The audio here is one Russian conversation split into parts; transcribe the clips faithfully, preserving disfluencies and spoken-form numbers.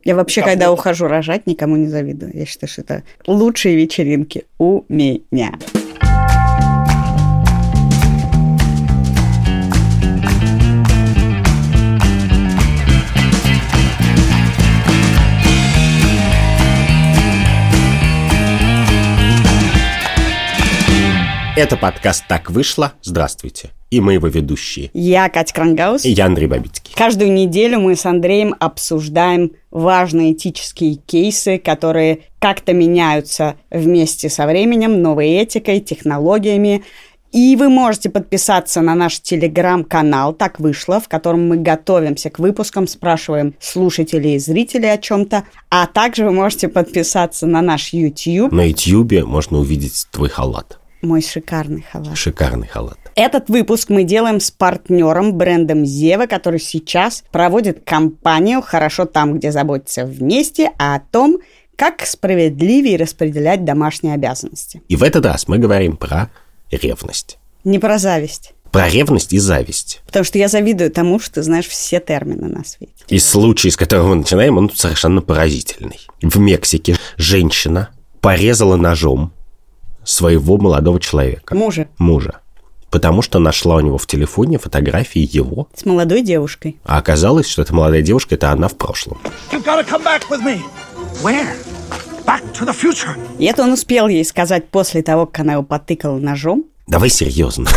Я вообще, как когда ухожу рожать, никому не завидую. Я считаю, что это лучшие вечеринки у меня. Это подкаст «Так вышло». Здравствуйте. И мы его ведущие. Я Катя Крангаус. И я Андрей Бабицкий. Каждую неделю мы с Андреем обсуждаем важные этические кейсы, которые как-то меняются вместе со временем, новой этикой, технологиями. И вы можете подписаться на наш телеграм-канал «Так вышло», в котором мы готовимся к выпускам, спрашиваем слушателей и зрителей о чем-то. А также вы можете подписаться на наш YouTube. На YouTube можно увидеть твой халат. Мой шикарный халат. Шикарный халат. Этот выпуск мы делаем с партнером брендом Зева, который сейчас проводит кампанию «Хорошо там, где заботятся вместе», а о том, как справедливее распределять домашние обязанности. И в этот раз мы говорим про ревность. Не про зависть. Про ревность и зависть. Потому что я завидую тому, что ты знаешь все термины на свете. И случай, с которого мы начинаем, он совершенно поразительный. В Мексике женщина порезала ножом своего молодого человека. Мужа. Мужа. Потому что нашла у него в телефоне фотографии его. С молодой девушкой. А оказалось, что эта молодая девушка – это она в прошлом. И это он успел ей сказать после того, как она его потыкала ножом. Давай серьезно.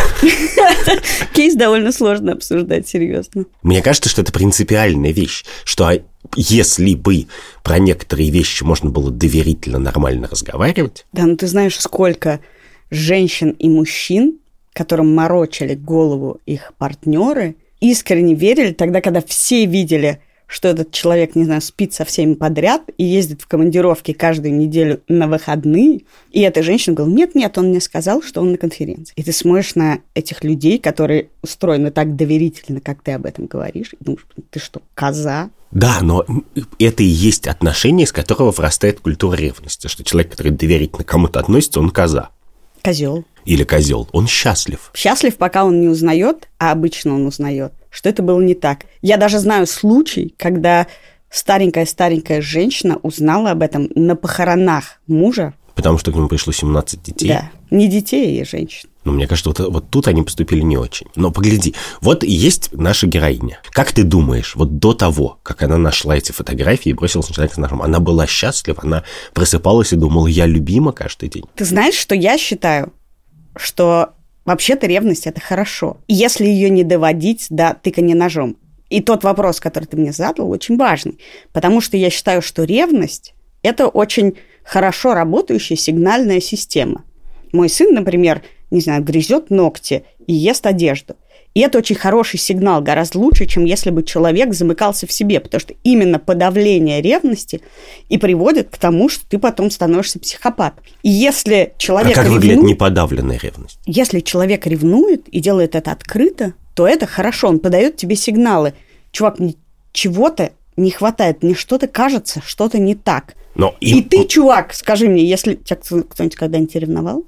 Кейс довольно сложно обсуждать серьезно. Мне кажется, что это принципиальная вещь, что если бы про некоторые вещи можно было доверительно, нормально разговаривать... Да, ну ты знаешь, сколько женщин и мужчин, которым морочили голову их партнеры, искренне верили тогда, когда все видели, что этот человек, не знаю, спит со всеми подряд и ездит в командировки каждую неделю на выходные. И эта женщина говорила, нет-нет, он мне сказал, что он на конференции. И ты смотришь на этих людей, которые устроены так доверительно, как ты об этом говоришь, и думаешь, ты что, коза? Да, но это и есть отношение, из которого вырастает культура ревности, что человек, который доверительно к кому-то относится, он коза. Козел. Или козел. Он счастлив. Счастлив, пока он не узнает, а обычно он узнает, что это было не так. Я даже знаю случай, когда старенькая-старенькая женщина узнала об этом на похоронах мужа. Потому что к нему пришло семнадцать детей? Да, не детей, а женщин. Ну, мне кажется, вот, вот тут они поступили не очень. Но погляди, вот есть наша героиня. Как ты думаешь, вот до того, как она нашла эти фотографии и бросилась на человека с ножом, она была счастлива, она просыпалась и думала, я любима каждый день? Ты знаешь, что я считаю, что вообще-то ревность – это хорошо. И если ее не доводить до тыкания ножом. И тот вопрос, который ты мне задал, очень важный. Потому что я считаю, что ревность – это очень хорошо работающая сигнальная система. Мой сын, например, не знаю, грызет ногти и ест одежду. И это очень хороший сигнал, гораздо лучше, чем если бы человек замыкался в себе, потому что именно подавление ревности и приводит к тому, что ты потом становишься психопатом. И если человек а как ревнует, выглядит неподавленная ревность? Если человек ревнует и делает это открыто, то это хорошо, он подает тебе сигналы. Чувак, мне чего-то не хватает, мне что-то кажется, что-то не так. Но и... и ты, чувак, скажи мне, если тебя кто-нибудь когда-нибудь ревновал?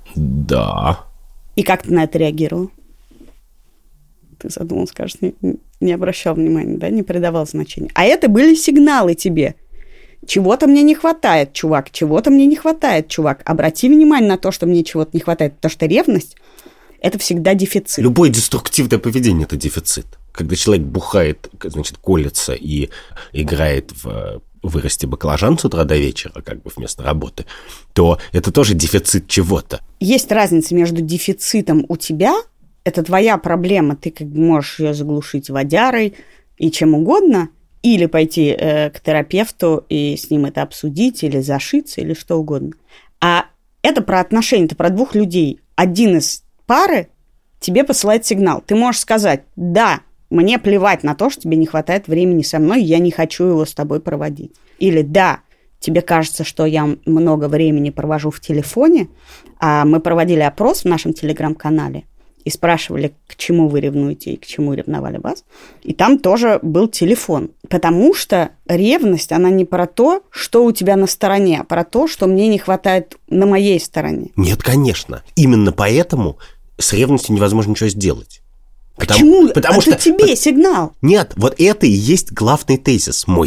Да. И как ты на это реагировал? Ты задумал, скажешь, не, не обращал внимания, да, не придавал значения. А это были сигналы тебе. Чего-то мне не хватает, чувак, чего-то мне не хватает, чувак. Обрати внимание на то, что мне чего-то не хватает, потому что ревность – это всегда дефицит. Любое деструктивное поведение – это дефицит. Когда человек бухает, значит, колется и играет в вырасти баклажан с утра до вечера, как бы вместо работы, то это тоже дефицит чего-то. Есть разница между дефицитом у тебя, это твоя проблема, ты как бы можешь ее заглушить водярой и чем угодно, или пойти э, к терапевту и с ним это обсудить, или зашиться, или что угодно. А это про отношения, это про двух людей. Один из пары тебе посылает сигнал. Ты можешь сказать, да, мне плевать на то, что тебе не хватает времени со мной, я не хочу его с тобой проводить. Или да, тебе кажется, что я много времени провожу в телефоне, а мы проводили опрос в нашем телеграм-канале и спрашивали, к чему вы ревнуете и к чему ревновали вас. И там тоже был телефон. Потому что ревность, она не про то, что у тебя на стороне, а про то, что мне не хватает на моей стороне. Нет, конечно. Именно поэтому с ревностью невозможно ничего сделать. Почему? Потому, потому это что, тебе сигнал. Нет, вот это и есть главный тезис мой.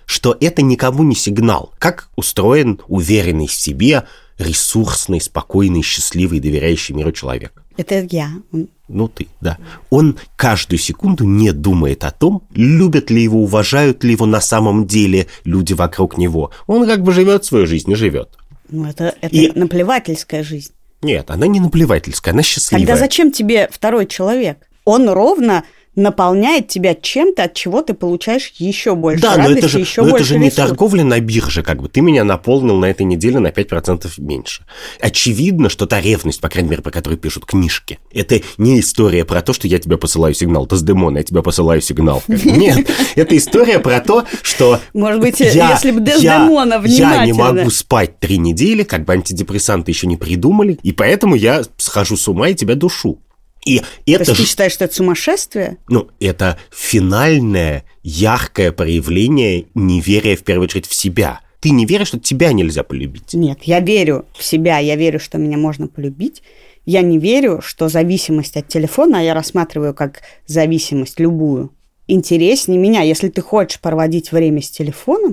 что это никому не сигнал. Как устроен уверенный в себе, ресурсный, спокойный, счастливый, доверяющий миру человек? Это я. Ну, ты, да. Он каждую секунду не думает о том, любят ли его, уважают ли его на самом деле люди вокруг него. Он как бы живет свою жизнь и живет. Ну, это, это И... наплевательская жизнь. Нет, она не наплевательская, она счастливая. Тогда зачем тебе второй человек? Он ровно наполняет тебя чем-то, от чего ты получаешь еще больше да, радости, но это же, еще но больше это же не ресурсов. торговля на бирже, как бы. Ты меня наполнил на этой неделе на пять процентов меньше. Очевидно, что та ревность, по крайней мере, про которую пишут книжки, это не история про то, что я тебе посылаю сигнал. Дездемона, я тебе посылаю сигнал. Нет, это история про то, что... Может быть, если бы Дездемона внимательно... Я не могу спать три недели, как бы антидепрессанты еще не придумали, и поэтому я схожу с ума и тебя душу. И это То есть же, ты считаешь, что это сумасшествие? Ну, это финальное, яркое проявление неверия, в первую очередь, в себя. Ты не веришь, что тебя нельзя полюбить? Нет, я верю в себя, я верю, что меня можно полюбить. Я не верю, что зависимость от телефона, а я рассматриваю как зависимость любую, интереснее меня. Если ты хочешь проводить время с телефоном,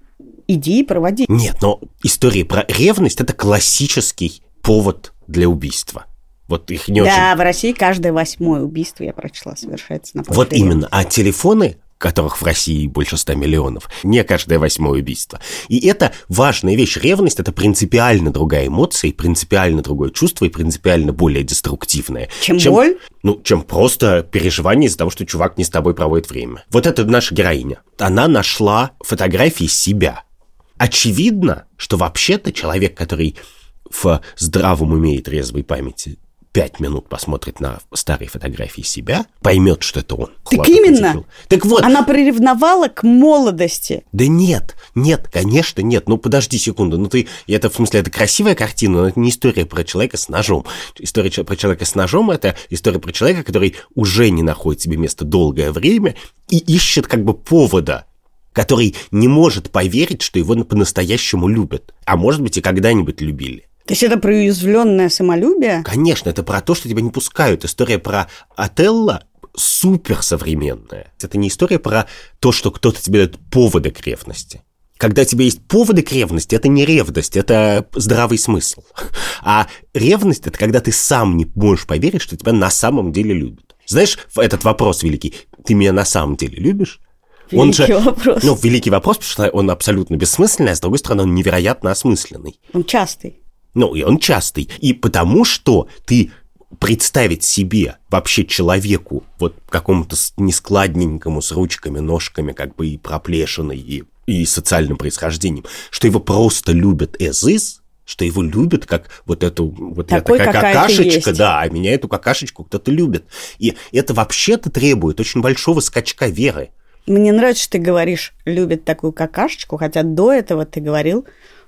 иди и проводи. Нет, но история про ревность – это классический повод для убийства. Вот их не да, очень... в России каждое восьмое убийство, я прочла, совершается на почве Вот ревности. именно. А телефоны, которых в России больше ста миллионов, не каждое восьмое убийство. И это важная вещь. Ревность – это принципиально другая эмоция, и принципиально другое чувство, и принципиально более деструктивное. Чем, чем боль? Ну, чем просто переживание из-за того, что чувак не с тобой проводит время. Вот это наша героиня. Она нашла фотографии себя. Очевидно, что вообще-то человек, который в здравом уме и трезвой памяти пять минут посмотрит на старые фотографии себя, поймет, что это он. Так именно. Потекил. Так вот. Она приревновала к молодости. Да нет, нет, конечно, нет. Ну, подожди секунду. Ну, ты, это, в смысле, это красивая картина, но это не история про человека с ножом. История про человека с ножом – это история про человека, который уже не находит себе места долгое время и ищет как бы повода, который не может поверить, что его по-настоящему любят. А может быть, и когда-нибудь любили. То есть это про уязвленное самолюбие? Конечно, это про то, что тебя не пускают. История про Отелло суперсовременная. Это не история про то, что кто-то тебе дает поводы к ревности. Когда у тебя есть поводы к ревности, это не ревность, это здравый смысл. А ревность – это когда ты сам не можешь поверить, что тебя на самом деле любят. Знаешь, этот вопрос великий, ты меня на самом деле любишь? Великий он же, вопрос. Ну, великий вопрос, потому что он абсолютно бессмысленный, а с другой стороны, он невероятно осмысленный. Он частый. Ну, и он частый. И потому что ты представить себе вообще человеку, вот какому-то нескладненькому, с ручками, ножками, как бы и проплешиной, и, и социальным происхождением, что его просто любят as is, что его любят как вот эту вот такой, эта какашечка, есть. Да, а меня эту какашечку кто-то любит. И это вообще-то требует очень большого скачка веры. Мне нравится, что ты говоришь, любит такую какашечку, хотя до этого ты говорил,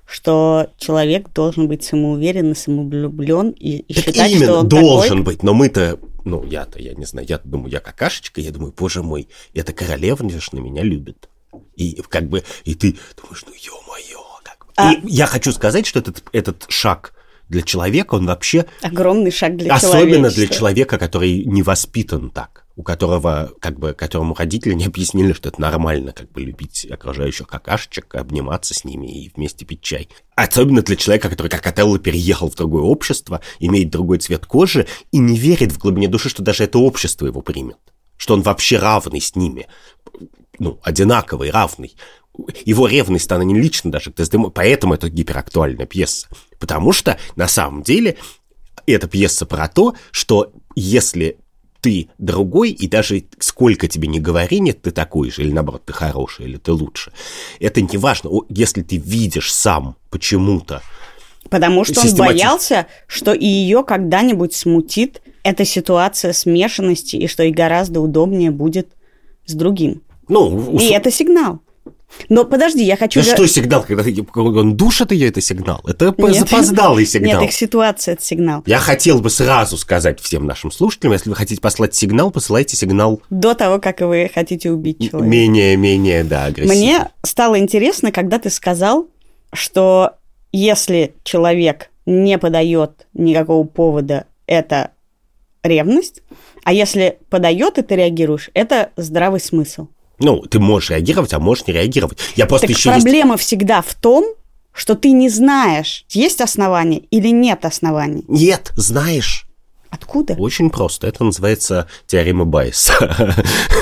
что человек должен быть самоуверен и самовлюблен и, и так считать, именно, что он должен такой... быть, но мы-то, ну, я-то, я не знаю, я думаю, я какашечка, я думаю, боже мой, эта королева на меня любит. И как бы, и ты думаешь, ну, ё-моё, как бы. А... И я хочу сказать, что этот, этот шаг для человека, он вообще... Огромный шаг для человека. Особенно для человека, который не воспитан так. У которого, как бы, которому родители не объяснили, что это нормально, как бы, любить окружающих какашечек, обниматься с ними и вместе пить чай. Особенно для человека, который, как Отелло, переехал в другое общество, имеет другой цвет кожи и не верит в глубине души, что даже это общество его примет. Что он вообще равный с ними. Ну, одинаковый, равный. Его ревность, она не лично даже к Дездемоне, поэтому это гиперактуальная пьеса. Потому что, на самом деле, эта пьеса про то, что если... ты другой, и даже сколько тебе не говори, нет, ты такой же, или наоборот, ты хороший, или ты лучше. Это не важно. Если ты видишь сам почему-то... Потому что систематив... он боялся, что и ее когда-нибудь смутит эта ситуация смешанности, и что ей гораздо удобнее будет с другим. Ну, и у... это сигнал. Но подожди, я хочу... Ну, что сигнал? Когда он душит ее, это сигнал? Это Нет. запоздалый сигнал. Нет, их ситуация – это сигнал. Я хотел бы сразу сказать всем нашим слушателям, если вы хотите послать сигнал, посылайте сигнал... До того, как вы хотите убить человека. Менее-менее, да, агрессивно. Мне стало интересно, когда ты сказал, что если человек не подает никакого повода, это ревность, а если подает, и ты реагируешь, это здравый смысл. Ну, ты можешь реагировать, а можешь не реагировать. Я просто так еще проблема есть... всегда в том, что ты не знаешь, есть основания или нет оснований. Нет, знаешь. Откуда? Очень просто. Это называется теорема Байеса.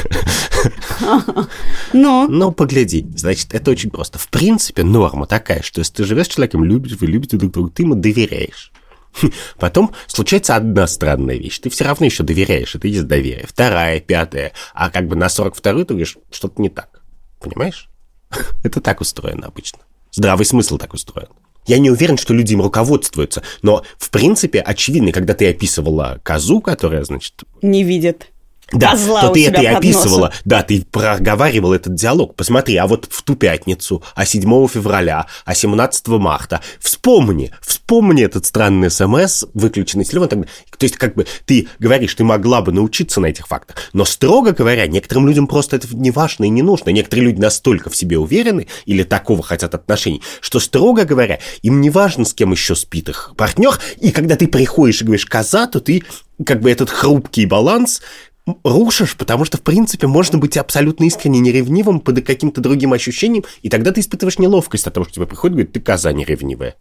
Но. Ну, погляди. Значит, это очень просто. В принципе, норма такая, что если ты живешь с человеком, любишь, вы любите друг друга, ты ему доверяешь. Потом случается одна странная вещь. Ты все равно еще доверяешь, это есть доверие. Вторая, пятая. А как бы на сорок вторую ты говоришь, что-то не так. Понимаешь? Это так устроено обычно. Здравый смысл так устроен. Я не уверен, что люди им руководствуются, но, в принципе, очевидно, когда ты описывала козу, которая, значит... Не видит. Да, Козла то ты это и под описывала, носом. да, ты проговаривал этот диалог. Посмотри, а вот в ту пятницу, а седьмого февраля, а семнадцатого марта, вспомни, вспомни этот странный смс, выключенный телефон. Так, то есть, как бы, ты говоришь, ты могла бы научиться на этих фактах, но, строго говоря, некоторым людям просто это не важно и не нужно. Некоторые люди настолько в себе уверены или такого хотят отношений, что, строго говоря, им не важно, с кем еще спит их партнер, и когда ты приходишь и говоришь «коза», то ты, как бы, этот хрупкий баланс рушишь, потому что, в принципе, можно быть абсолютно искренне неревнивым под каким-то другим ощущением, и тогда ты испытываешь неловкость от того, что тебе приходит и говорит, ты коза неревнивая.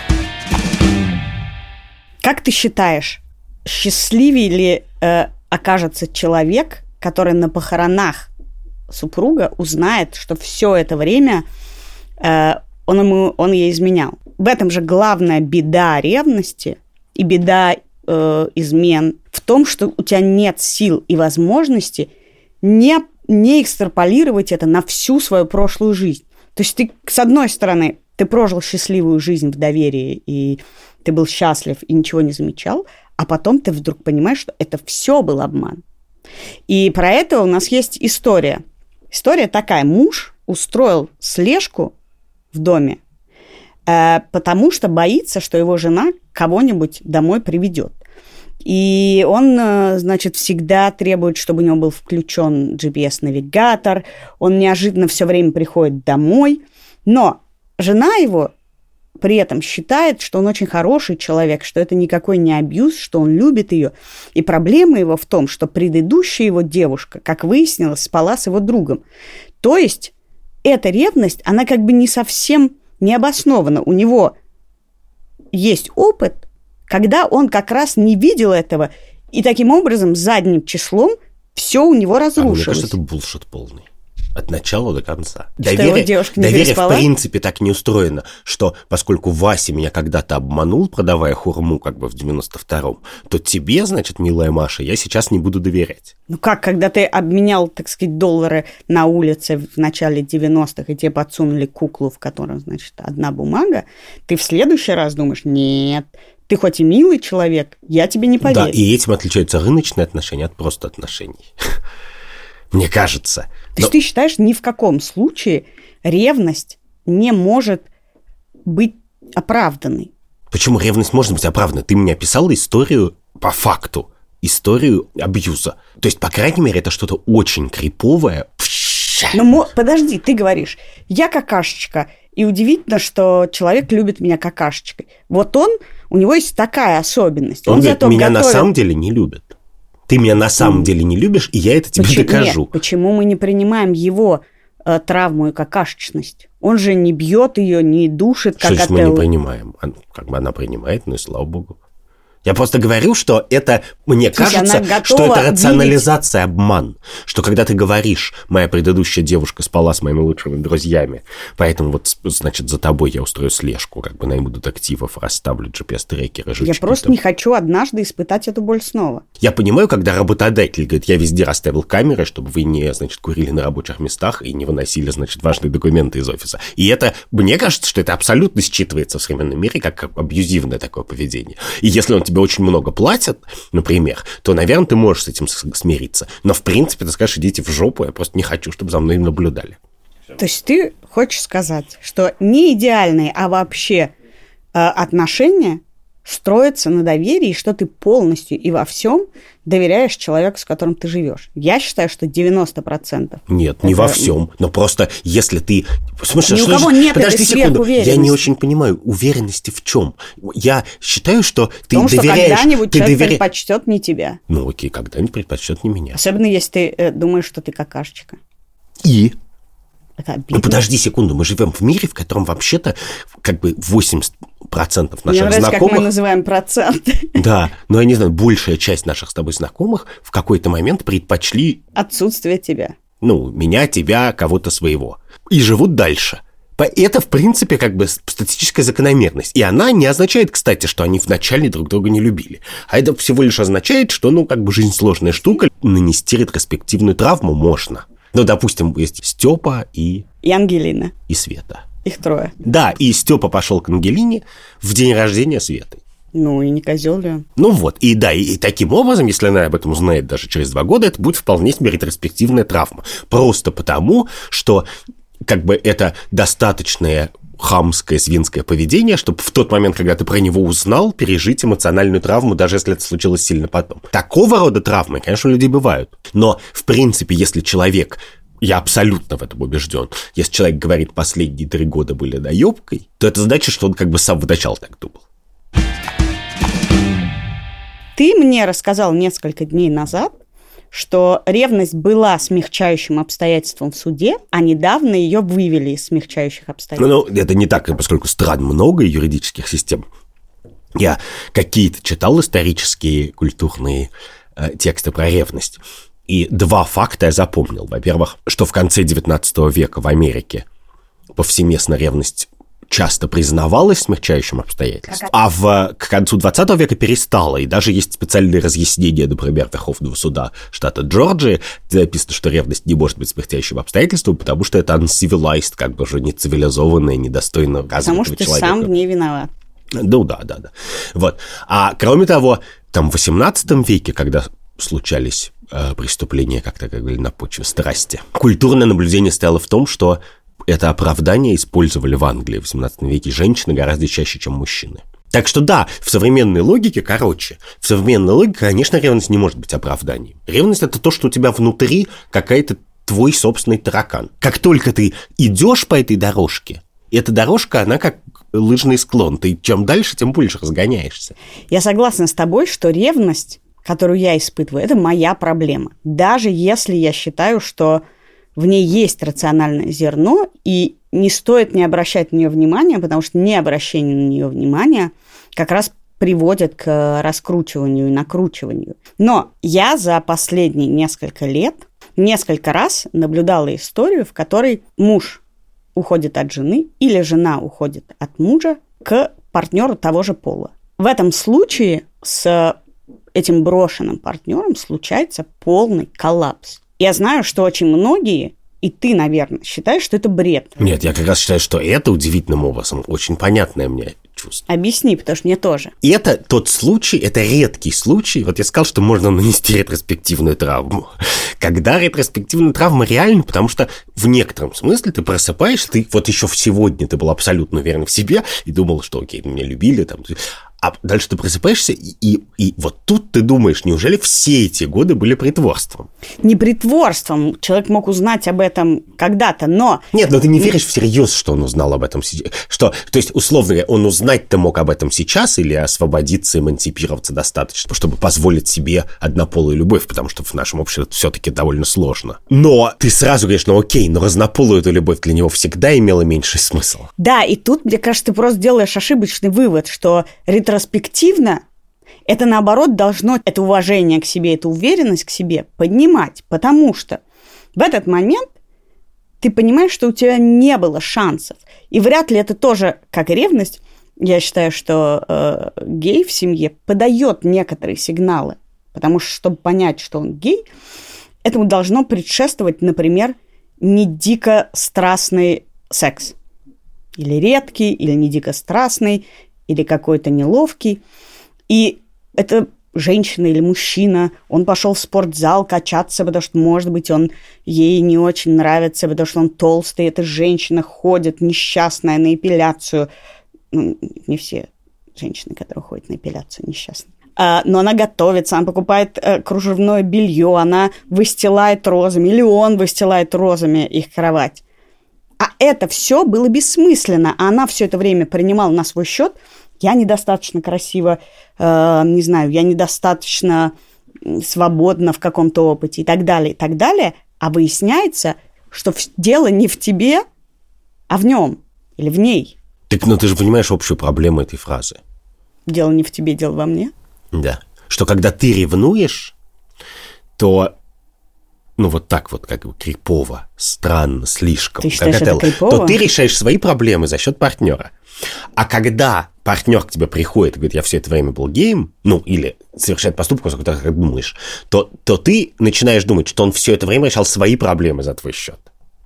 Как ты считаешь, счастливее ли э, окажется человек, который на похоронах супруга узнает, что все это время э, он, ему, он ей изменял? В этом же главная беда ревности и беда э, измен в том, что у тебя нет сил и возможности не, не экстраполировать это на всю свою прошлую жизнь. То есть ты, с одной стороны, ты прожил счастливую жизнь в доверии, и ты был счастлив и ничего не замечал, а потом ты вдруг понимаешь, что это все был обман. И про это у нас есть история. История такая. Муж устроил слежку в доме, э, потому что боится, что его жена кого-нибудь домой приведет. И он, значит, всегда требует, чтобы у него был включен джи пи эс-навигатор. Он неожиданно все время приходит домой. Но жена его при этом считает, что он очень хороший человек, что это никакой не абьюз, что он любит ее. И проблема его в том, что предыдущая его девушка, как выяснилось, спала с его другом. То есть эта ревность, она как бы не совсем не обоснована. У него есть опыт, когда он как раз не видел этого, и таким образом задним числом все у него разрушилось. А мне кажется, это булшит полный. От начала до конца. Что доверие, доверие в принципе так не устроено, что поскольку Вася меня когда-то обманул, продавая хурму как бы в девяносто втором, то тебе, значит, милая Маша, я сейчас не буду доверять. Ну как, когда ты обменял, так сказать, доллары на улице в начале девяностых, и тебе подсунули куклу, в которой, значит, одна бумага, ты в следующий раз думаешь, нет, ты хоть и милый человек, я тебе не поверю. Да, и этим отличаются рыночные отношения от просто отношений. Мне кажется. То есть Но... ты считаешь, ни в каком случае ревность не может быть оправданной? Почему ревность может быть оправдана? Ты мне описала историю по факту, историю абьюза. То есть, по крайней мере, это что-то очень криповое. Ну, подожди, ты говоришь, я какашечка, и удивительно, что человек любит меня какашечкой. Вот он, у него есть такая особенность. Он, он говорит, меня готовит... на самом деле не любит. Ты меня на самом mm. деле не любишь, и я это тебе почему, докажу. Нет, почему мы не принимаем его э, травму и какашечность? Он же не бьет ее, не душит, как Что мы не принимаем? Как бы она принимает, ну и слава богу. Я просто говорю, что это, мне Слушай, кажется, что это рационализация, видеть... обман. Что когда ты говоришь, моя предыдущая девушка спала с моими лучшими друзьями, поэтому вот, значит, за тобой я устрою слежку, как бы найму детективов, расставлю джи пи эс-трекеры, жучки. Я просто не хочу однажды испытать эту боль снова. Я понимаю, когда работодатель говорит, я везде расставил камеры, чтобы вы не, значит, курили на рабочих местах и не выносили, значит, важные документы из офиса. И это, мне кажется, что это абсолютно считывается в современном мире как абьюзивное такое поведение. И если он тебе очень много платят, например, то, наверное, ты можешь с этим смириться. Но, в принципе, ты скажешь, идите в жопу, я просто не хочу, чтобы за мной наблюдали. То есть ты хочешь сказать, что не идеальные, а вообще э, отношения строятся на доверии, что ты полностью и во всем доверяешь человеку, с которым ты живешь. Я считаю, что девяносто процентов. Нет, не это... во всем. Но просто если ты... Слушай, ни у что кого же... нет Подожди этой секунду. сверхуверенности. Я не очень понимаю, уверенности в чем? Я считаю, что ты в том, доверяешь... что когда-нибудь ты человек доверя... предпочтет не тебя. Ну окей, когда-нибудь предпочтет не меня. Особенно, если ты э, думаешь, что ты какашечка. И? Ну, подожди секунду, мы живем в мире, в котором вообще-то как бы восемьдесят процентов наших Мне нравится, знакомых... как мы называем проценты. Да, но я не знаю, большая часть наших с тобой знакомых в какой-то момент предпочли... Отсутствие тебя. Ну, меня, тебя, кого-то своего. И живут дальше. Это, в принципе, как бы статистическая закономерность. И она не означает, кстати, что они вначале друг друга не любили. А это всего лишь означает, что, ну, как бы жизнь сложная штука, нанести ретроспективную травму можно. Ну, допустим, есть Степа и... И Ангелина. И Света. Их трое. Да, и Степа пошел к Ангелине в день рождения Светы. Ну, и не козел ли он? Ну вот, и да, и, и таким образом, если она об этом узнает даже через два года, это будет вполне себе ретроспективная травма. Просто потому, что как бы это достаточное хамское, свинское поведение, чтобы в тот момент, когда ты про него узнал, пережить эмоциональную травму, даже если это случилось сильно потом. Такого рода травмы, конечно, у людей бывают. Но, в принципе, если человек, я абсолютно в этом убежден, если человек говорит, последние три года были доебкой, то это значит, что он как бы с самого начала так думал. Ты мне рассказал несколько дней назад, что ревность была смягчающим обстоятельством в суде, а недавно ее вывели из смягчающих обстоятельств. Ну, это не так, поскольку стран много юридических систем. Я какие-то читал исторические, культурные э, тексты про ревность. И два факта я запомнил. Во-первых, что в конце девятнадцатого века в Америке повсеместно ревность часто признавалась смягчающим обстоятельством, а в, к концу двадцатого века перестала. И даже есть специальные разъяснения, например, Верховного суда штата Джорджии, где написано, что ревность не может быть смягчающим обстоятельством, потому что это uncivilized, как бы уже не цивилизованное, недостойно развитого человека. Потому что ты сам в ней виноват. Ну да, да, да. Вот. А кроме того, там в восемнадцатом веке, когда случались э, преступления, как-то как говорили, на почве страсти, культурное наблюдение стояло в том, что это оправдание использовали в Англии в восемнадцатом веке женщины гораздо чаще, чем мужчины. Так что да, в современной логике, короче, в современной логике, конечно, ревность не может быть оправданием. Ревность – это то, что у тебя внутри какая-то твой собственный таракан. Как только ты идешь по этой дорожке, эта дорожка, она как лыжный склон. Ты чем дальше, тем больше разгоняешься. Я согласна с тобой, что ревность, которую я испытываю, это моя проблема. Даже если я считаю, что в ней есть рациональное зерно, и не стоит не обращать на нее внимания, потому что необращение на нее внимания как раз приводит к раскручиванию и накручиванию. Но я за последние несколько лет несколько раз наблюдала историю, в которой муж уходит от жены или жена уходит от мужа к партнеру того же пола. В этом случае с этим брошенным партнером случается полный коллапс. Я знаю, что очень многие, и ты, наверное, считаешь, что это бред. Нет, я как раз считаю, что это удивительным образом очень понятное мне чувство. Объясни, потому что мне тоже. И это тот случай, это редкий случай, вот я сказал, что можно нанести ретроспективную травму. Когда ретроспективная травма реальна, потому что в некотором смысле ты просыпаешься, ты вот еще сегодня ты был абсолютно уверен в себе и думал, что окей, меня любили, там... А дальше ты просыпаешься, и, и, и вот тут ты думаешь, неужели все эти годы были притворством? Не притворством. Человек мог узнать об этом когда-то, но... Нет, но ты не веришь всерьез, что он узнал об этом сейчас. Что, то есть, условно говоря, он узнать-то мог об этом сейчас или освободиться, эмансипироваться достаточно, чтобы позволить себе однополую любовь, потому что в нашем обществе это все-таки довольно сложно. Но ты сразу говоришь, ну окей, но разнополую эту любовь для него всегда имела меньший смысл. Да, и тут, мне кажется, ты просто делаешь ошибочный вывод, что ретроспективно это, наоборот, должно это уважение к себе, эту уверенность к себе поднимать, потому что в этот момент ты понимаешь, что у тебя не было шансов. И вряд ли это тоже, как и ревность, я считаю, что э, гей в семье подает некоторые сигналы, потому что, чтобы понять, что он гей, этому должно предшествовать, например, не дико страстный секс. Или редкий, или не дико страстный, или какой-то неловкий. И это женщина или мужчина, он пошел в спортзал качаться, потому что, может быть, он ей не очень нравится, потому что он толстый. Эта женщина ходит несчастная на эпиляцию. Ну, не все женщины, которые ходят на эпиляцию, несчастные. А, но она готовится, она покупает а, кружевное белье, она выстилает розами, или он выстилает розами их кровать. А это все было бессмысленно. А она все это время принимала на свой счет. Я недостаточно красива, э, не знаю, я недостаточно свободна в каком-то опыте и так далее, и так далее. А выясняется, что дело не в тебе, а в нем или в ней. Так, ну ты же понимаешь общую проблему этой фразы. Дело не в тебе, дело во мне. Да. Что когда ты ревнуешь, то, ну вот так вот, как бы крипово, странно, слишком. Ты считаешь, как это крипово? То ты решаешь свои проблемы за счет партнера. А когда партнер к тебе приходит и говорит, я все это время был геем, ну, или совершает поступок, как ты как думаешь, то, то ты начинаешь думать, что он все это время решал свои проблемы за твой счет.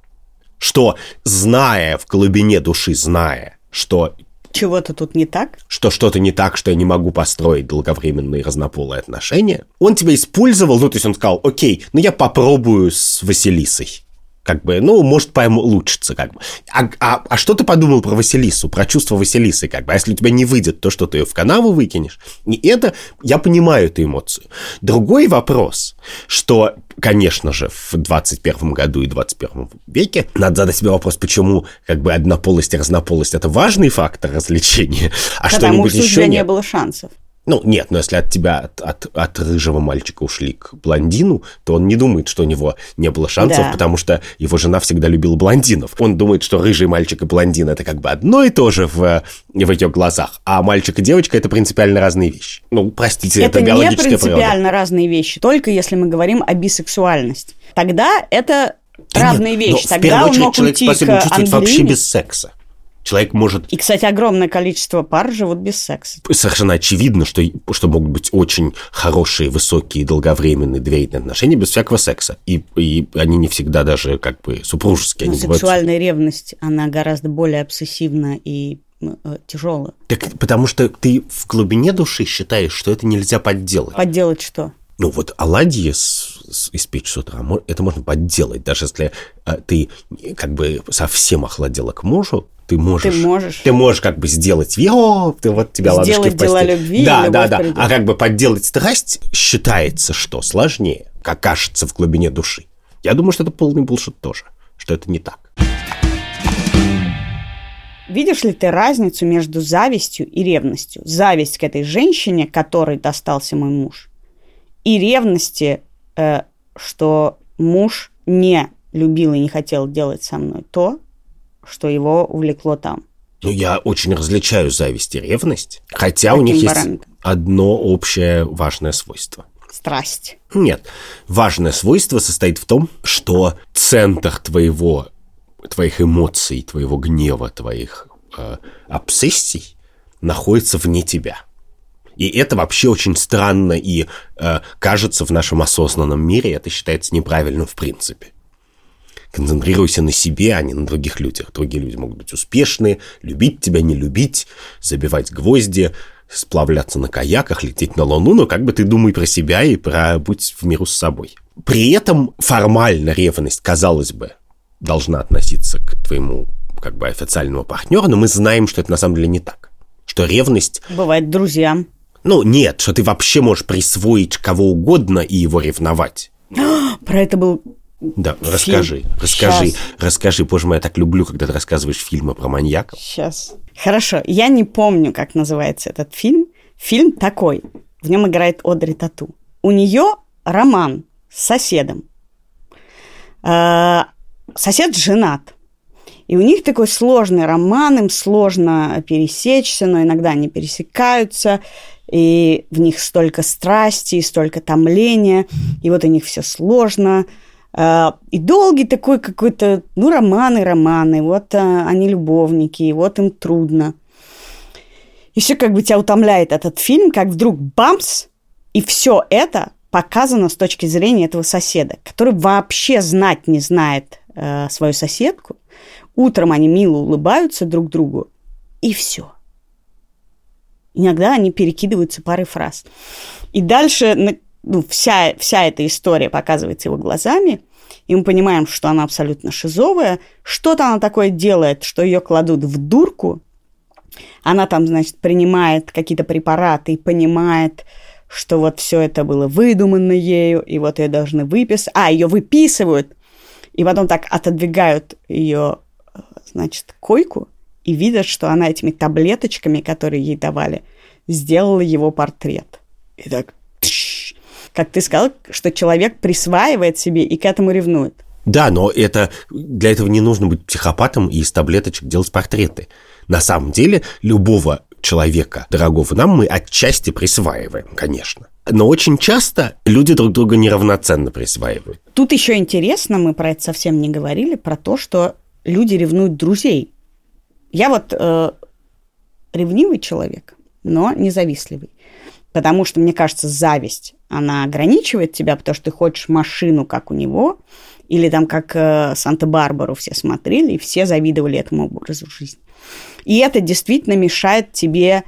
Что, зная в глубине души, зная, что... Чего-то тут не так? Что что-то не так, что я не могу построить долговременные разнополые отношения. Он тебя использовал, ну, то есть он сказал, окей, ну, я попробую с Василисой. Как бы, ну, может, улучшится, как бы. А, а, а что ты подумал про Василису, про чувство Василисы, как бы? А если у тебя не выйдет, то что, ты ее в канаву выкинешь? И это, я понимаю эту эмоцию. Другой вопрос, что, конечно же, в двадцать первом году и двадцать первом веке надо задать себе вопрос, почему, как бы, однополость и разнополость – это важный фактор развлечения, а что-нибудь еще нет. Потому что не было шансов. Ну, нет, но если от тебя, от, от, от рыжего мальчика ушли к блондину, то он не думает, что у него не было шансов, да. Потому что его жена всегда любила блондинов. Он думает, что рыжий мальчик и блондин – это как бы одно и то же в, в ее глазах, а мальчик и девочка – это принципиально разные вещи. Ну, простите, это, это биологическая природа. Это не принципиально природа. Разные вещи, только если мы говорим о бисексуальности. Тогда это да разные нет, вещи. Тогда он мог человек уйти способен к чувствовать вообще без секса. Человек может... И, кстати, огромное количество пар живут без секса. Совершенно очевидно, что, что могут быть очень хорошие, высокие, долговременные доверительные отношения без всякого секса. И, и они не всегда даже как бы супружеские. Но они сексуальная бывают... ревность, она гораздо более обсессивна и э, тяжелая. Так потому что ты в глубине души считаешь, что это нельзя подделать. Подделать что? Ну вот оладьи с, с, испечь с утра, это можно подделать. Даже если а, ты как бы совсем охладела к мужу, ты можешь, ты можешь, ты можешь как бы сделать, о, ты вот тебя ладошки в постель. Сделать дела любви, да, и да, да. придет. А как бы подделать страсть считается, что сложнее, как кажется в глубине души. Я думаю, что это полный булшит тоже, что это не так. Видишь ли ты разницу между завистью и ревностью? Зависть к этой женщине, которой достался мой муж, и ревности, э, что муж не любил и не хотел делать со мной то, что его увлекло там. Ну, я очень различаю зависть и ревность, хотя Каким у них баранком? Есть одно общее важное свойство. Страсть. Нет. Важное свойство состоит в том, что центр твоего, твоих эмоций, твоего гнева, твоих э, обсессий находится вне тебя. И это вообще очень странно и э, кажется в нашем осознанном мире, это считается неправильным в принципе. Концентрируйся на себе, а не на других людях. Другие люди могут быть успешны, любить тебя, не любить, забивать гвозди, сплавляться на каяках, лететь на Луну, но как бы ты думай про себя и про будь в миру с собой. При этом формально ревность, казалось бы, должна относиться к твоему как бы официальному партнеру, но мы знаем, что это на самом деле не так. Что ревность... Бывает друзьям. Ну, нет, что ты вообще можешь присвоить кого угодно и его ревновать. Про это был... Да, фильм. расскажи, расскажи, Сейчас. расскажи. Боже мой, я так люблю, когда ты рассказываешь фильмы про маньяков. Сейчас. Хорошо, я не помню, как называется этот фильм. Фильм такой. В нем играет Одри Тату. У нее роман с соседом. Сосед женат. И у них такой сложный роман, им сложно пересечься, но иногда они пересекаются, и в них столько страсти, и столько томления, и вот у них все сложно. И долгий такой какой-то, ну, романы, романы, вот а, они любовники, и вот им трудно. И все как бы тебя утомляет этот фильм, как вдруг бамс, и все это показано с точки зрения этого соседа, который вообще знать не знает э, свою соседку. Утром они мило улыбаются друг другу, и все. Иногда они перекидываются парой фраз. И дальше... Ну, вся, вся эта история показывается его глазами, и мы понимаем, что она абсолютно шизовая. Что-то она такое делает, что ее кладут в дурку. Она там, значит, принимает какие-то препараты и понимает, что вот все это было выдумано ею, и вот ее должны выписать. А, ее выписывают, и потом так отодвигают ее, значит, койку, и видят, что она этими таблеточками, которые ей давали, сделала его портрет. И так... Как ты сказал, что человек присваивает себе и к этому ревнует. Да, но это, для этого не нужно быть психопатом и из таблеточек делать портреты. На самом деле, любого человека, дорогого нам, мы отчасти присваиваем, конечно. Но очень часто люди друг друга неравноценно присваивают. Тут еще интересно, мы про это совсем не говорили, про то, что люди ревнуют друзей. Я вот э, ревнивый человек, но не завистливый. Потому что, мне кажется, зависть, она ограничивает тебя, потому что ты хочешь машину, как у него, или там как э, Санта-Барбару все смотрели, и все завидовали этому образу жизни. И это действительно мешает тебе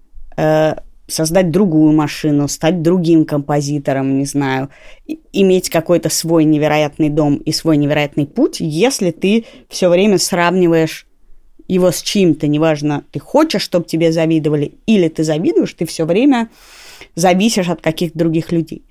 э, создать другую машину, стать другим композитором, не знаю, иметь какой-то свой невероятный дом и свой невероятный путь, если ты все время сравниваешь его с чьим-то, неважно, ты хочешь, чтобы тебе завидовали, или ты завидуешь, ты все время зависишь от каких-то других людей.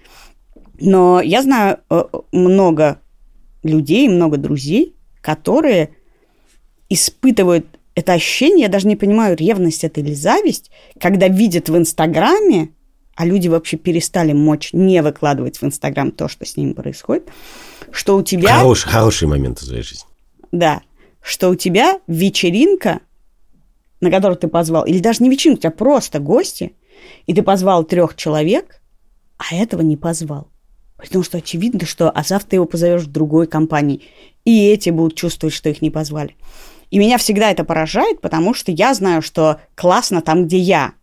Но я знаю э, много людей, много друзей, которые испытывают это ощущение, я даже не понимаю, ревность это или зависть, когда видят в Инстаграме, а люди вообще перестали мочь не выкладывать в Инстаграм то, что с ними происходит, что у тебя... Хороший, хороший момент в своей жизни. Да, что у тебя вечеринка, на которую ты позвал, или даже не вечеринка, у тебя просто гости, и ты позвал трех человек, а этого не позвал. Потому что очевидно, что а завтра ты его позовешь в другой компании, и эти будут чувствовать, что их не позвали. И меня всегда это поражает, потому что я знаю, что классно там, где я,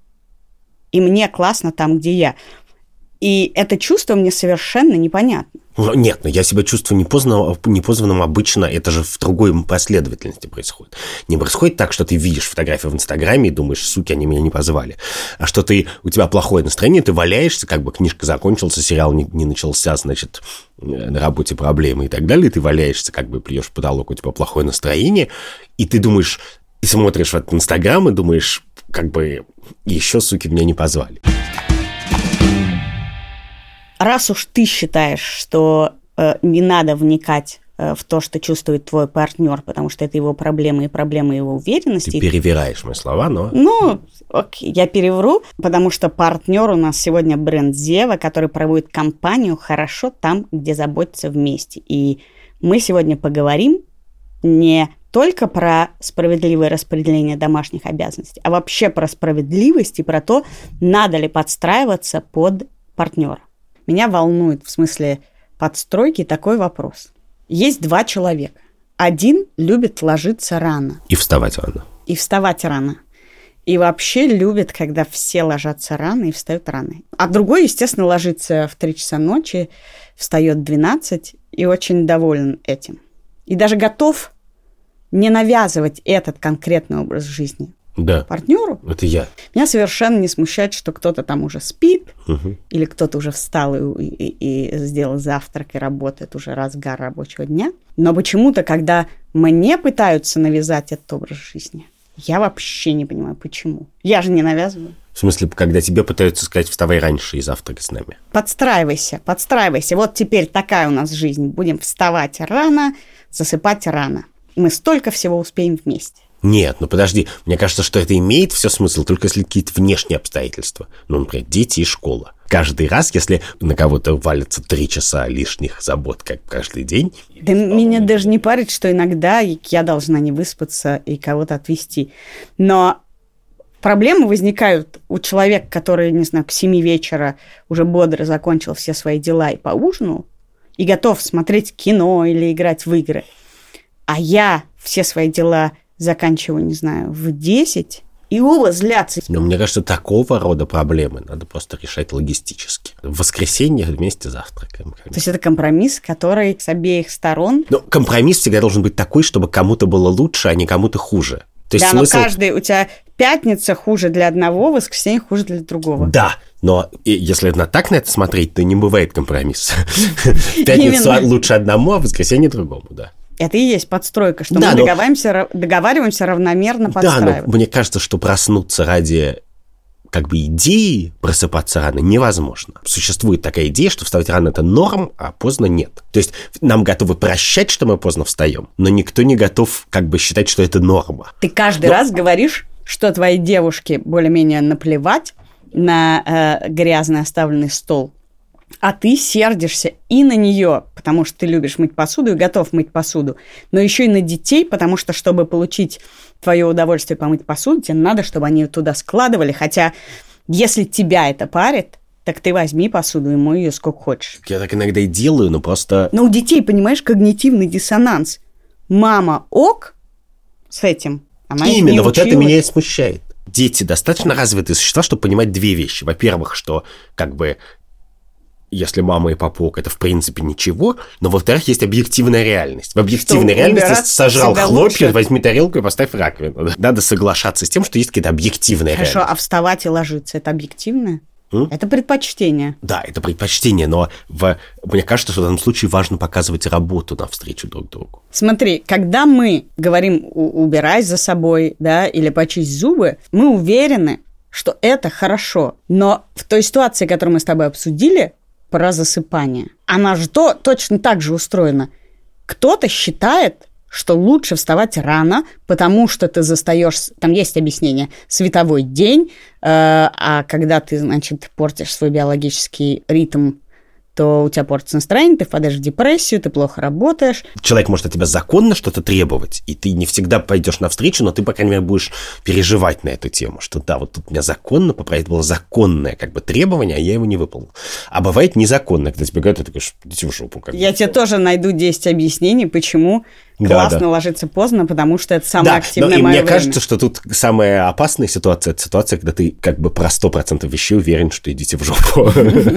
и мне классно там, где я. И это чувство мне совершенно непонятно. Нет, но я себя чувствую непознанным, непознанным обычно, это же в другой последовательности происходит. Не происходит так, что ты видишь фотографию в Инстаграме и думаешь, суки, они меня не позвали. А что ты, у тебя плохое настроение, ты валяешься, как бы книжка закончилась, сериал не, не начался, значит, на работе проблемы и так далее, и ты валяешься, как бы плюешь в потолок, у тебя плохое настроение, и ты думаешь, и смотришь в этот Инстаграм и думаешь, как бы, еще, суки, меня не позвали. Раз уж ты считаешь, что э, не надо вникать э, в то, что чувствует твой партнер, потому что это его проблемы и проблемы его уверенности. Ты перевираешь мои слова, но... Ну, окей, я перевру, потому что партнер у нас сегодня бренд Зева, который проводит кампанию «Хорошо там, где заботятся вместе». И мы сегодня поговорим не только про справедливое распределение домашних обязанностей, а вообще про справедливость и про то, надо ли подстраиваться под партнера. Меня волнует в смысле подстройки такой вопрос. Есть два человека. Один любит ложиться рано. И вставать рано. И вставать рано. И вообще любит, когда все ложатся рано и встают рано. А другой, естественно, ложится в три часа ночи, встает в двенадцать и очень доволен этим. И даже готов не навязывать этот конкретный образ жизни. Да. Партнеру. Это я. Меня совершенно не смущает, что кто-то там уже спит, угу. или кто-то уже встал и, и, и сделал завтрак и работает уже разгар рабочего дня. Но почему-то, когда мне пытаются навязать этот образ жизни, я вообще не понимаю, почему. Я же не навязываю. В смысле, когда тебе пытаются сказать, вставай раньше и завтракай с нами? Подстраивайся, подстраивайся. Вот теперь такая у нас жизнь. Будем вставать рано, засыпать рано. Мы столько всего успеем вместе. Нет, ну подожди, мне кажется, что это имеет все смысл, только если какие-то внешние обстоятельства. Ну, например, дети и школа. Каждый раз, если на кого-то валятся три часа лишних забот, как каждый день... Да меня даже не парит, что иногда я должна не выспаться и кого-то отвезти. Но проблемы возникают у человека, который, не знаю, к семи вечера уже бодро закончил все свои дела и поужинал, и готов смотреть кино или играть в игры. А я все свои дела... заканчиваю, не знаю, в десять, и оба злятся. Но мне кажется, такого рода проблемы надо просто решать логистически. В воскресенье вместе завтракаем. То есть это компромисс, который с обеих сторон... Но компромисс всегда должен быть такой, чтобы кому-то было лучше, а не кому-то хуже. То есть да, смысл... но каждый... У тебя пятница хуже для одного, воскресенье хуже для другого. Да, но если так на это смотреть, то не бывает компромисса. Пятница лучше одному, а воскресенье другому, да. Это и есть подстройка, что да, мы но... договариваемся, договариваемся равномерно подстраиваться. Да, но мне кажется, что проснуться ради как бы идеи просыпаться рано невозможно. Существует такая идея, что вставать рано – это норм, а поздно нет. То есть нам готовы прощать, что мы поздно встаем, но никто не готов как бы считать, что это норма. Ты каждый но... раз говоришь, что твоей девушке более-менее наплевать на э, грязный оставленный стол А ты сердишься и на нее, потому что ты любишь мыть посуду и готов мыть посуду, но еще и на детей, потому что, чтобы получить твое удовольствие помыть посуду, тебе надо, чтобы они ее туда складывали. Хотя, если тебя это парит, так ты возьми посуду и мой ее сколько хочешь. Я так иногда и делаю, но просто... Но у детей, понимаешь, когнитивный диссонанс. Мама ок с этим. Она Именно, вот это меня и смущает. Дети достаточно развитые существа, чтобы понимать две вещи. Во-первых, что как бы если мама и папа ок, это в принципе ничего, но во-вторых, есть объективная реальность. В объективной что, реальности сожрал хлопья, лучше? Возьми тарелку и поставь в раковину. Надо соглашаться с тем, что есть какая-то объективная Хорошо, реальность. А вставать и ложиться – это объективное? М? Это предпочтение. Да, это предпочтение, но в... мне кажется, что в этом случае важно показывать работу навстречу друг другу. Смотри, когда мы говорим «убирай за собой», да, или «почисть зубы», мы уверены, что это хорошо. Но в той ситуации, которую мы с тобой обсудили, про засыпание, она же то, точно так же устроена. Кто-то считает, что лучше вставать рано, потому что ты застаешь, там есть объяснение, световой день, э, а когда ты, значит, портишь свой биологический ритм, то у тебя портится настроение, ты впадаешь в депрессию, ты плохо работаешь. Человек может от тебя законно что-то требовать, и ты не всегда пойдешь навстречу, но ты, по крайней мере, будешь переживать на эту тему, что да, вот тут у меня законно, по правилу, было законное как бы требование, а я его не выполнил. А бывает незаконное, когда тебе говорят, ты такой, идите в жопу. Как я бы. Тебе тоже найду десять объяснений, почему классно да, да. ложиться поздно, потому что это самое да, активное но и мое мне время. Кажется, что тут самая опасная ситуация, это ситуация, когда ты как бы про сто процентов вещей уверен, что идите в жопу.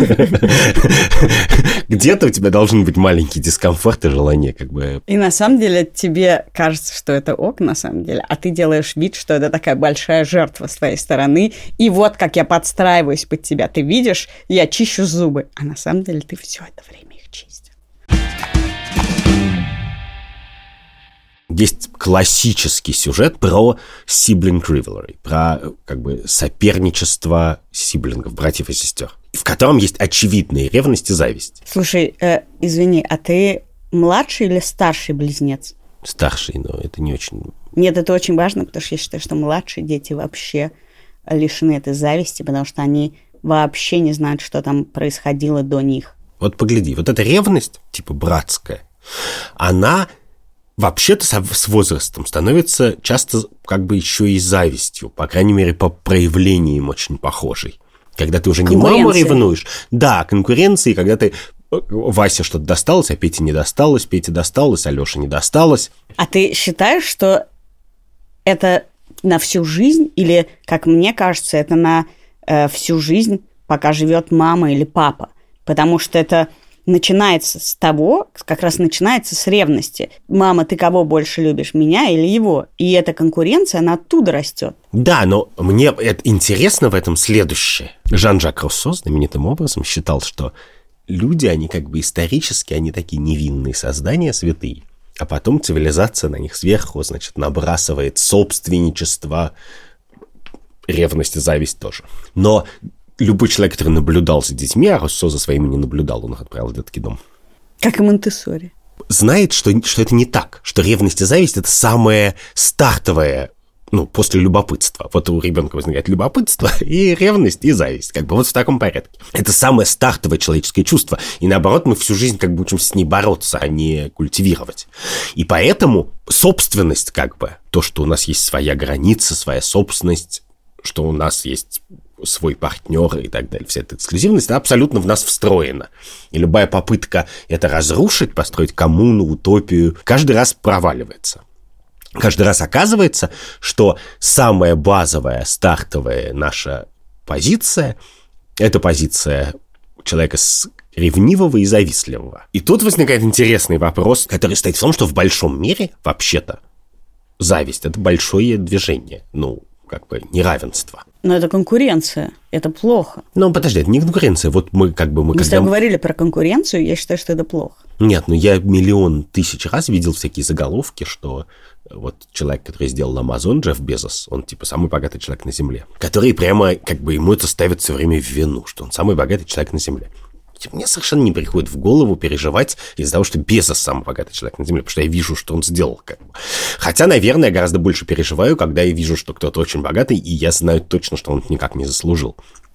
Где-то у тебя должен быть маленький дискомфорт и желание как бы... И на самом деле тебе кажется, что это ок, на самом деле, а ты делаешь вид, что это такая большая жертва с твоей стороны, и вот как я подстраиваюсь под тебя, ты видишь, я чищу зубы, а на самом деле ты все это время их чистишь. Есть классический сюжет про sibling rivalry, про как бы соперничество сиблингов, братьев и сестер, в котором есть очевидные ревность и зависть. Слушай, э, извини, а ты младший или старший близнец? Старший, но это не очень... Нет, это очень важно, потому что я считаю, что младшие дети вообще лишены этой зависти, потому что они вообще не знают, что там происходило до них. Вот погляди, вот эта ревность, типа братская, она... вообще-то с возрастом становится часто как бы еще и завистью, по крайней мере, по проявлениям очень похожей. Когда ты уже не маму ревнуешь. Да, конкуренции, когда ты... Васе что-то досталось, а Пете не досталось, Пете досталось, а Лёше не досталось. А ты считаешь, что это на всю жизнь? Или, как мне кажется, это на э, всю жизнь, пока живет мама или папа? Потому что это... начинается с того, как раз начинается с ревности. Мама, ты кого больше любишь, меня или его? И эта конкуренция, она оттуда растет. Да, но мне это интересно в этом следующее. Жан-Жак Руссо знаменитым образом считал, что люди, они как бы исторически, они такие невинные создания, святые. А потом цивилизация на них сверху, значит, набрасывает собственничество, ревность и зависть тоже. Но... любой человек, который наблюдал за детьми, а Руссо за своими не наблюдал, он их отправил в детский дом. Как и Монтессори. Знает, что, что это не так, что ревность и зависть – это самое стартовое, ну, после любопытства. Вот у ребенка возникает любопытство и ревность, и зависть, как бы вот в таком порядке. Это самое стартовое человеческое чувство, и наоборот, мы всю жизнь как бы учимся с ней бороться, а не культивировать. И поэтому собственность, как бы, то, что у нас есть своя граница, своя собственность, что у нас есть... свой партнер и так далее. Вся эта эксклюзивность абсолютно в нас встроена. И любая попытка это разрушить, построить коммуну, утопию, каждый раз проваливается. Каждый раз оказывается, что самая базовая, стартовая наша позиция – это позиция человека с ревнивого и завистливого. И тут возникает интересный вопрос, который стоит в том, что в большом мире, вообще-то, зависть – это большое движение, ну, как бы неравенство. Но это конкуренция, это плохо. Ну, подожди, это не конкуренция. Вот мы как бы... Мы, мы когда... с тобой говорили про конкуренцию, я считаю, что это плохо. Нет, ну я миллион тысяч раз видел всякие заголовки, что вот человек, который сделал Amazon, Джефф Безос, он типа самый богатый человек на Земле, который прямо как бы ему это ставит все время в вину, что он самый богатый человек на Земле. Мне совершенно не приходит в голову переживать из-за того, что Безос самый богатый человек на Земле, потому что я вижу, что он сделал. Как бы. Хотя, наверное, я гораздо больше переживаю, когда я вижу, что кто-то очень богатый, и я знаю точно, что он никак не заслужил.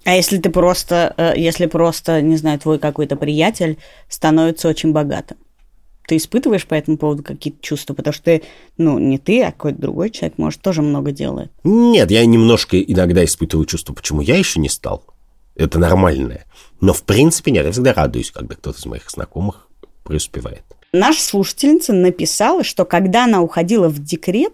А если ты просто, если просто, не знаю, твой какой-то приятель становится очень богатым? Ты испытываешь по этому поводу какие-то чувства? Потому что ты, ну, не ты, а какой-то другой человек, может, тоже много делает. Нет, я немножко иногда испытываю чувство, почему я еще не стал. Это нормальное. Но, в принципе, нет, я всегда радуюсь, когда кто-то из моих знакомых преуспевает. Наша слушательница написала, что когда она уходила в декрет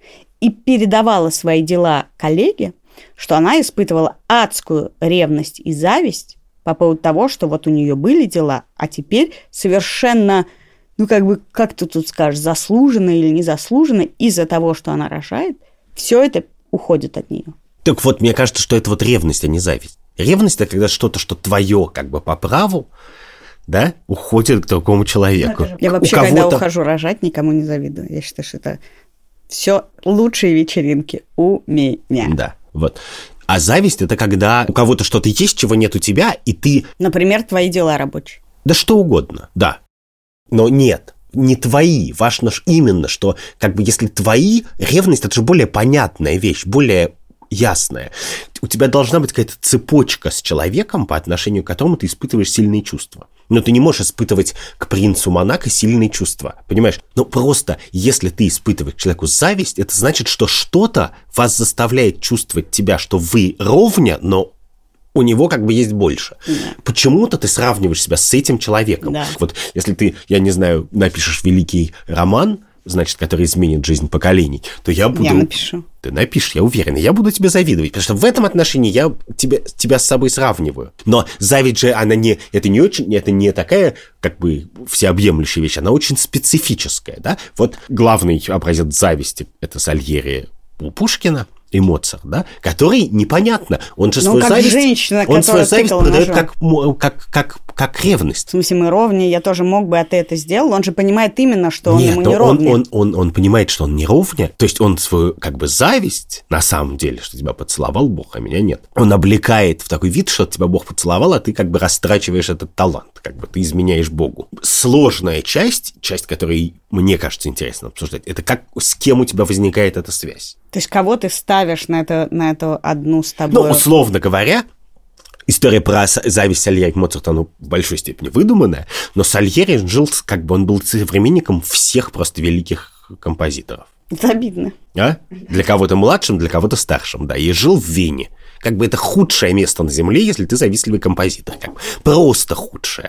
и передавала свои дела коллеге, что она испытывала адскую ревность и зависть по поводу того, что вот у нее были дела, а теперь совершенно, ну как бы, как ты тут скажешь, заслуженно или незаслуженно из-за того, что она рожает, все это уходит от нее. Так вот, мне кажется, что это вот ревность, а не зависть. Ревность – это когда что-то, что твое как бы по праву, да, уходит к другому человеку. Я вообще, когда ухожу рожать, никому не завидую. Я считаю, что это все лучшие вечеринки у меня. Да, вот. А зависть – это когда у кого-то что-то есть, чего нет у тебя, и ты… Например, твои дела рабочие. Да что угодно, да. Но нет, не твои. Важно именно, что как бы если твои, ревность – это же более понятная вещь, более ясная. У тебя должна быть какая-то цепочка с человеком, по отношению к которому ты испытываешь сильные чувства. Но ты не можешь испытывать к принцу Монако сильные чувства, понимаешь? Но просто если ты испытываешь к человеку зависть, это значит, что что-то вас заставляет чувствовать тебя, что вы ровня, но у него как бы есть больше. Да. Почему-то ты сравниваешь себя с этим человеком. Да. Вот если ты, я не знаю, напишешь великий роман, значит, который изменит жизнь поколений, то я буду… Я напишу. Ты напишешь, я уверен, я буду тебе завидовать, потому что в этом отношении я тебя, тебя с собой сравниваю. Но зависть же, она не… Это не очень… Это не такая, как бы, всеобъемлющая вещь, она очень специфическая, да? Вот главный образец зависти – это Сальери у Пушкина и Моцарт, да, который непонятно, он же свою зависть, женщина, он свою зависть продает как, как, как, как ревность. В смысле, мы ровнее, я тоже мог бы, а ты это сделал. Он же понимает именно, что он Нет, ему не ровнее. Он, он, он, он понимает, что он не ровнее, то есть он свою как бы зависть, на самом деле, что тебя поцеловал Бог, а меня нет. Он облекает в такой вид, что тебя Бог поцеловал, а ты как бы растрачиваешь этот талант, как бы ты изменяешь Богу. Сложная часть, часть, которой мне кажется интересно обсуждать, это как, с кем у тебя возникает эта связь. То есть кого ты ставишь на, это, на эту одну с тобой? Ну, условно говоря, история про зависть Сальери к Моцарту, она в большой степени выдуманная, но Сальери жил, как бы он был современником всех просто великих композиторов. Это обидно. А? Для кого-то младшим, для кого-то старшим, да, и жил в Вене. Как бы это худшее место на земле, если ты завистливый композитор. Как бы просто худшее.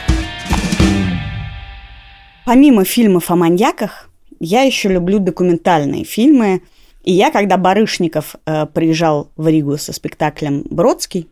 Помимо фильмов о маньяках, я еще люблю документальные фильмы. И я, когда Барышников э, приезжал в Ригу со спектаклем «Бродский»,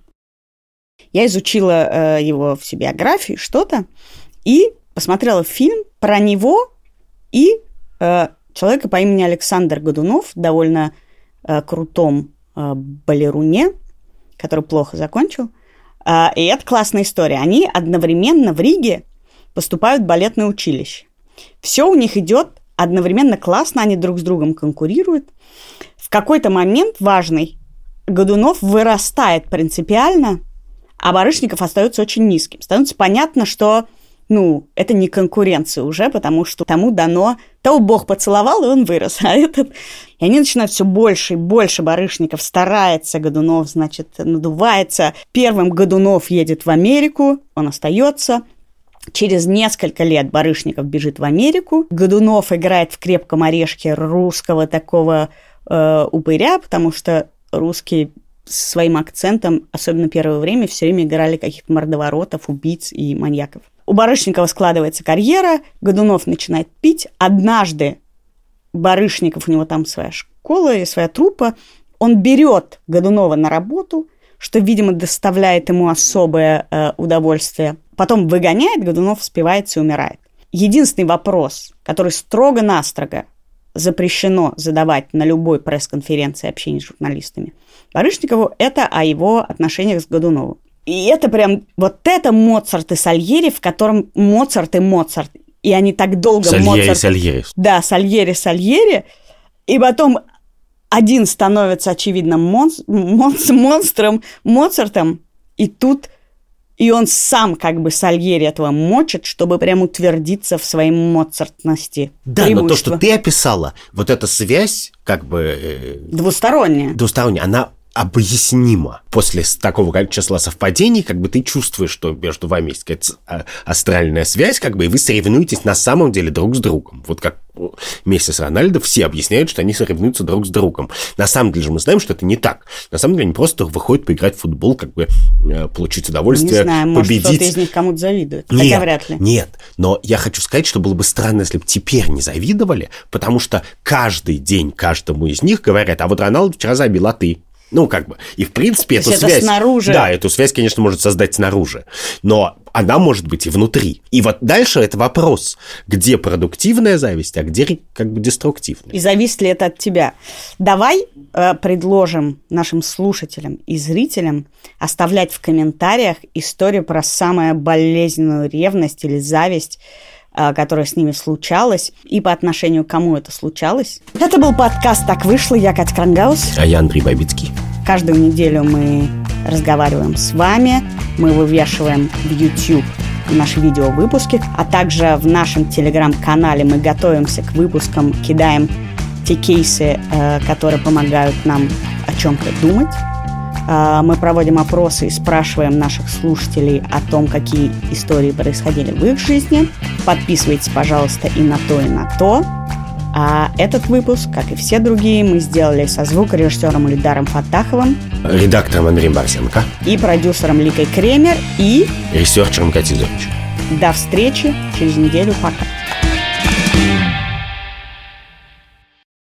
я изучила э, его всю биографию, что-то, и посмотрела фильм про него и э, человека по имени Александр Годунов, довольно э, крутом э, балеруне, который плохо закончил. Э, и это классная история. Они одновременно в Риге поступают в балетное училище. Все у них идет одновременно классно, они друг с другом конкурируют. В какой-то момент важный Годунов вырастает принципиально, а Барышников остается очень низким. Становится понятно, что ну, это не конкуренция уже, потому что тому дано, того Бог поцеловал, и он вырос. А этот... И они начинают все больше и больше. Барышников старается, Годунов, значит, надувается. Первым Годунов едет в Америку, он остается. Через несколько лет Барышников бежит в Америку. Годунов играет в «Крепком орешке» русского такого э, упыря, потому что русские со своим акцентом, особенно первое время, все время играли каких-то мордоворотов, убийц и маньяков. У Барышникова складывается карьера, Годунов начинает пить. Однажды Барышников, у него там своя школа и своя труппа, он берет Годунова на работу, что, видимо, доставляет ему особое э, удовольствие. Потом выгоняет, Годунов спивается и умирает. Единственный вопрос, который строго-настрого запрещено задавать на любой пресс-конференции общения с журналистами Барышникову, это о его отношениях с Годуновым. И это прям, вот это Моцарт и Сальери, в котором Моцарт и Моцарт. И они так долго... Сальери Моцарт... Сальери. Да, Сальери Сальери. И потом один становится, очевидно, монс... Монс... монстром Моцартом, и тут... И он сам как бы Сальери этого мочит, чтобы прям утвердиться в своей моцартности. Да, но то, что ты описала, вот эта связь как бы... Э, двусторонняя. Двусторонняя, она объяснимо. После такого числа совпадений, как бы ты чувствуешь, что между вами есть какая-то астральная связь, как бы, и вы соревнуетесь на самом деле друг с другом. Вот как Месси с Рональдо, все объясняют, что они соревнуются друг с другом. На самом деле же мы знаем, что это не так. На самом деле они просто выходят поиграть в футбол, как бы получить удовольствие, не знаю, победить. Может, кто-то из них кому-то завидует. Нет, Хотя вряд ли. Нет, но я хочу сказать, что было бы странно, если бы теперь не завидовали, потому что каждый день каждому из них говорят, а вот Роналду вчера забил, а ты? Ну, как бы, и в принципе То эту есть связь... это снаружи. Да, эту связь, конечно, может создать снаружи, но она может быть и внутри. И вот дальше это вопрос, где продуктивная зависть, а где как бы деструктивная. И зависит ли это от тебя? Давай э, предложим нашим слушателям и зрителям оставлять в комментариях историю про самую болезненную ревность или зависть, которая с ними случалась, и по отношению к кому это случалось. Это был подкаст «Так вышло». Я Катя Крангаус. А я Андрей Бабицкий. Каждую неделю мы разговариваем с вами, мы вывешиваем в YouTube наши видеовыпуски, а также в нашем телеграм-канале мы готовимся к выпускам, кидаем те кейсы, которые помогают нам о чем-то думать. Мы проводим опросы и спрашиваем наших слушателей о том, какие истории происходили в их жизни. Подписывайтесь, пожалуйста, и на то, и на то. А этот выпуск, как и все другие, мы сделали со звукорежиссером Ильдаром Фаттаховым, редактором Андреем Барсенко и продюсером Ликой Кремер, и ресерчером Катей Зорич. До встречи через неделю. Пока.